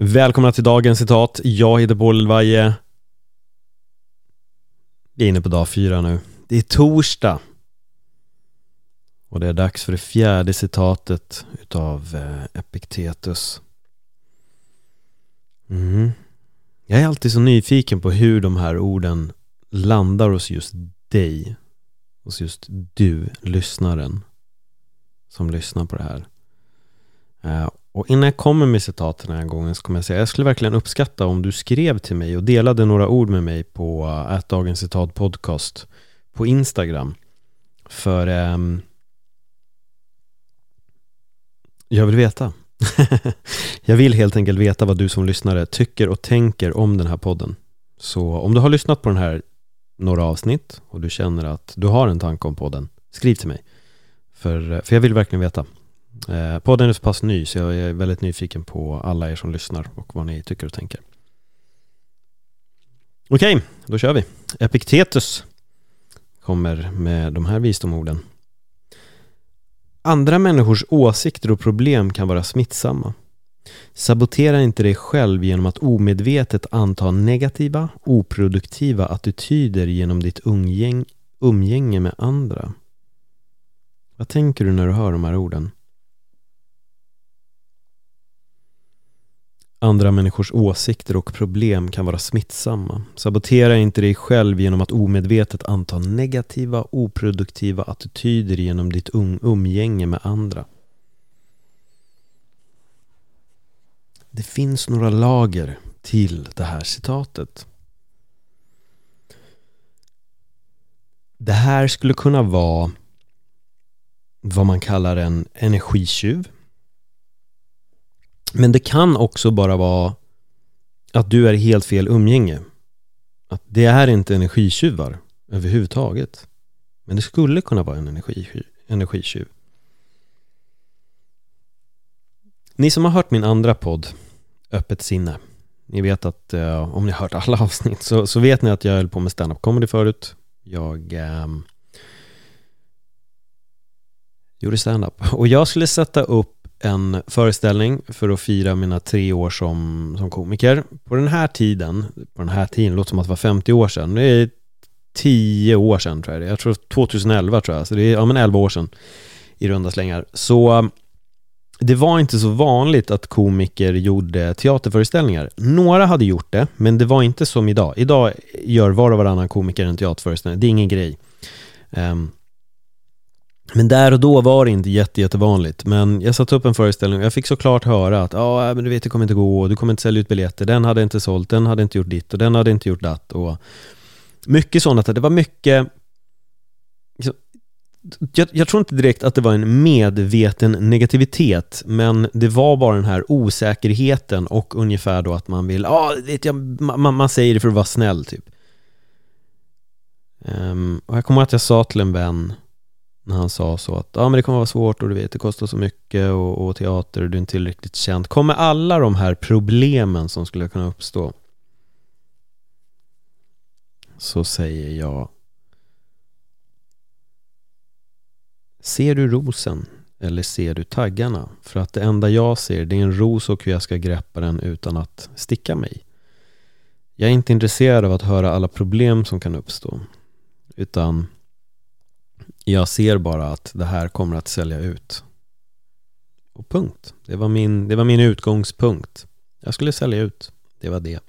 Välkomna till dagens citat. Jag heter Paul Elvaje. Vi är inne på dag 4 nu. Det är torsdag. Och det är dags för det 4:e citatet utav Epiktetus. Jag är alltid så nyfiken på hur de här orden landar hos just dig. Hos just du, lyssnaren, som lyssnar på det här. Och innan jag kommer med citaten den här gången så kommer jag säga jag skulle verkligen uppskatta om du skrev till mig och delade några ord med mig på dagens citat podcast på Instagram. För jag vill veta. Jag vill helt enkelt veta vad du som lyssnare tycker och tänker om den här podden. Så om du har lyssnat på den här några avsnitt och du känner att du har en tanke om podden, skriv till mig. För jag vill verkligen veta. Podden är så pass ny så jag är väldigt nyfiken på alla er som lyssnar och vad ni tycker och tänker. Okej, då kör vi. Epiktetus kommer med de här visdomorden. Andra människors åsikter och problem kan vara smittsamma. Sabotera inte dig själv genom att omedvetet anta negativa, oproduktiva attityder genom ditt umgänge med andra. Vad tänker du när du hör de här orden? Andra människors åsikter och problem kan vara smittsamma. Sabotera inte dig själv genom att omedvetet anta negativa, oproduktiva attityder genom ditt umgänge med andra. Det finns några lager till det här citatet. Det här skulle kunna vara vad man kallar en energitjuv. Men det kan också bara vara att du är helt fel umgänge. Att det är inte energitjuvar överhuvudtaget. Men det skulle kunna vara en energitjuv. Ni som har hört min andra podd, Öppet sinne. Ni vet att om ni har hört alla avsnitt så vet ni att jag höll på med stand-up comedy förut. Jag gjorde stand-up. Och jag skulle sätta upp en föreställning för att fira mina 3 år som komiker. På den här tiden, låter som att det var 50 år sedan. Det är 10 år sedan tror jag. Jag tror 2011 tror jag. Så det är 11 år sedan i runda slängar. Så det var inte så vanligt att komiker gjorde teaterföreställningar. Några hade gjort det, men det var inte som idag. Idag gör var och varannan komiker en teaterföreställning. Det är ingen grej. Men där och då var det inte jättevanligt. Men jag satte upp en föreställning och jag fick såklart höra att men du vet, det kommer inte gå, du kommer inte sälja ut biljetter, den hade inte sålt, den hade inte gjort ditt och den hade inte gjort datt. Och mycket sånt, att det var mycket. Jag tror inte direkt att det var en medveten negativitet, men det var bara den här osäkerheten och ungefär då att man vill, man säger det för att vara snäll typ. Och jag kommer att jag sa till en vän när han sa så att men det kommer vara svårt och du vet det kostar så mycket och teater och du är inte tillräckligt känd. Kommer alla de här problemen som skulle kunna uppstå? Så säger jag: ser du rosen eller ser du taggarna? För att det enda jag ser, det är en ros och hur jag ska greppa den utan att sticka mig. Jag är inte intresserad av att höra alla problem som kan uppstå, utan jag ser bara att det här kommer att sälja ut. Och punkt. Det var min utgångspunkt. Jag skulle sälja ut. Det var det.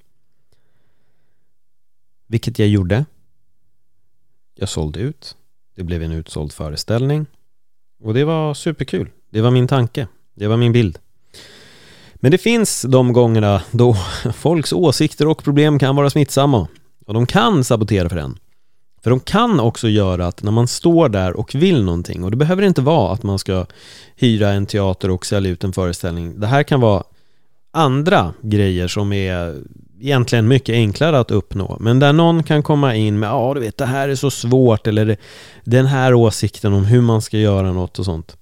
Vilket jag gjorde. Jag sålde ut. Det blev en utsåld föreställning. Och det var superkul. Det var min tanke. Det var min bild. Men det finns de gångerna då folks åsikter och problem kan vara smittsamma. Och de kan sabotera för en. För de kan också göra att när man står där och vill någonting, och det behöver inte vara att man ska hyra en teater och sälja ut en föreställning. Det här kan vara andra grejer som är egentligen mycket enklare att uppnå. Men där någon kan komma in med, du vet, det här är så svårt, eller den här åsikten om hur man ska göra något och sånt.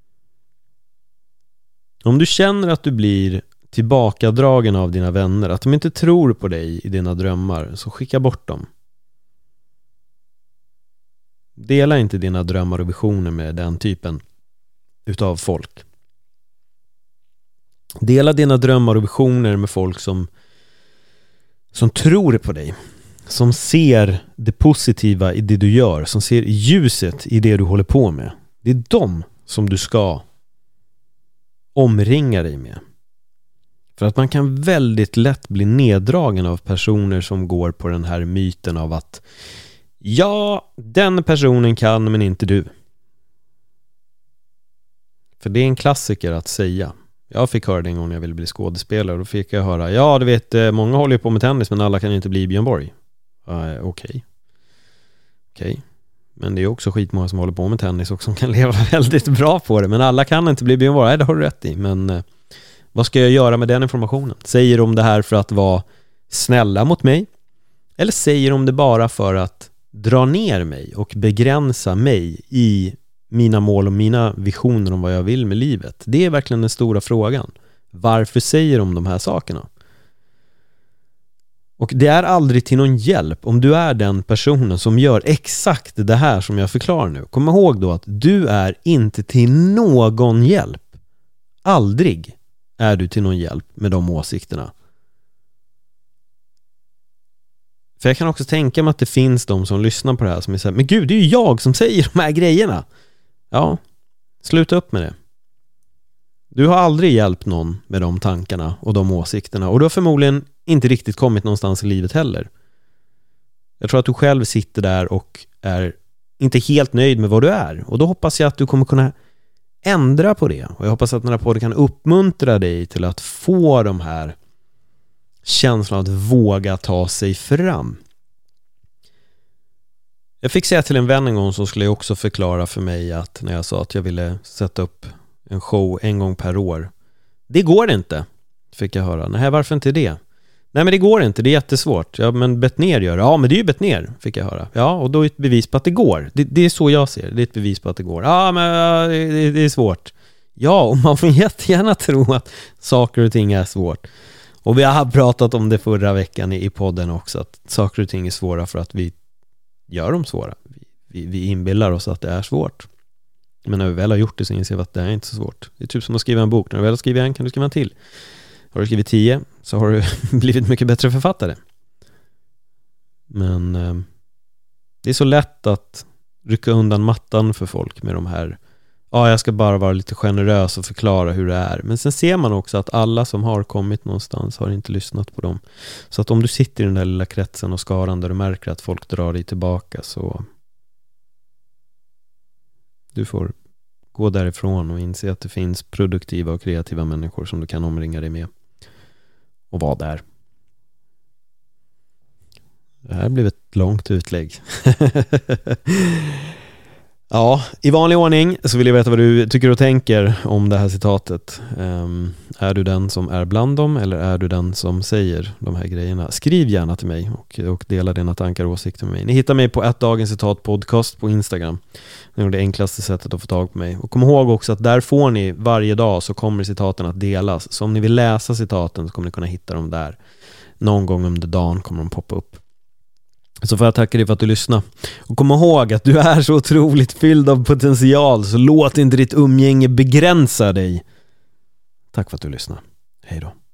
Om du känner att du blir tillbakadragen av dina vänner, att de inte tror på dig i dina drömmar, så skicka bort dem. Dela inte dina drömmar och visioner med den typen utav folk. Dela dina drömmar och visioner med folk som tror på dig. Som ser det positiva i det du gör. Som ser ljuset i det du håller på med. Det är dem som du ska omringa dig med. För att man kan väldigt lätt bli neddragen av personer som går på den här myten av att ja, den personen kan men inte du. För det är en klassiker att säga. Jag fick höra det en gång när jag ville bli skådespelare. Då fick jag höra, ja du vet, många håller ju på med tennis men alla kan ju inte bli Björn Borg. Okej. Men det är också skitmånga som håller på med tennis och som kan leva väldigt bra på det. Men alla kan inte bli Björn Borg. Nej, det har du rätt i. Men vad ska jag göra med den informationen? Säger de det här för att vara snälla mot mig? Eller säger de det bara för att dra ner mig och begränsa mig i mina mål och mina visioner om vad jag vill med livet? Det är verkligen den stora frågan. Varför säger de här sakerna? Och det är aldrig till någon hjälp om du är den personen som gör exakt det här som jag förklarar nu. Kom ihåg då att du är inte till någon hjälp. Aldrig är du till någon hjälp med de åsikterna. För jag kan också tänka mig att det finns de som lyssnar på det här som är så här, men gud, det är ju jag som säger de här grejerna. Ja, sluta upp med det. Du har aldrig hjälpt någon med de tankarna och de åsikterna. Och du har förmodligen inte riktigt kommit någonstans i livet heller. Jag tror att du själv sitter där och är inte helt nöjd med vad du är. Och då hoppas jag att du kommer kunna ändra på det. Och jag hoppas att den här podden kan uppmuntra dig till att få de här känslan att våga ta sig fram. Jag fick säga till en vän en gång som skulle jag också förklara för mig att när jag sa att jag ville sätta upp en show en gång per år. Det går inte, fick jag höra. Nej, varför inte det? Nej, men det går inte, det är jättesvårt. Ja, men Bettner gör det. Ja, men det är ju Bettner, fick jag höra. Ja, och då är det ett bevis på att det går. Det är så jag ser det. Det är ett bevis på att det går. Ja, men det är svårt. Ja, och man får jättegärna tro att saker och ting är svårt. Och vi har pratat om det förra veckan i podden också, att saker och ting är svåra för att vi gör dem svåra. Vi inbillar oss att det är svårt. Men när vi väl har gjort det så inser vi att det är inte så svårt. Det är typ som att skriva en bok. När du väl har skrivit en kan du skriva en till. Har du skrivit 10 så har du blivit mycket bättre författare. Men det är så lätt att rycka undan mattan för folk med de här. Ja, jag ska bara vara lite generös och förklara hur det är. Men sen ser man också att alla som har kommit någonstans har inte lyssnat på dem. Så att om du sitter i den där lilla kretsen och skaran där du märker att folk drar dig tillbaka, så du får gå därifrån och inse att det finns produktiva och kreativa människor som du kan omringa dig med. Och vara där. Det här blev ett långt utlägg. Ja, i vanlig ordning så vill jag veta vad du tycker och tänker om det här citatet. Är du den som är bland dem eller är du den som säger de här grejerna? Skriv gärna till mig och dela dina tankar och åsikter med mig. Ni hittar mig på @dagens citat podcast på Instagram. Det är det enklaste sättet att få tag på mig. Och kom ihåg också att där får ni varje dag så kommer citaten att delas. Så om ni vill läsa citaten så kommer ni kunna hitta dem där. Någon gång under dagen kommer de poppa upp. Så får jag tacka dig för att du lyssnade. Och kom ihåg att du är så otroligt fylld av potential, så låt inte ditt umgänge begränsa dig. Tack för att du lyssnade. Hej då.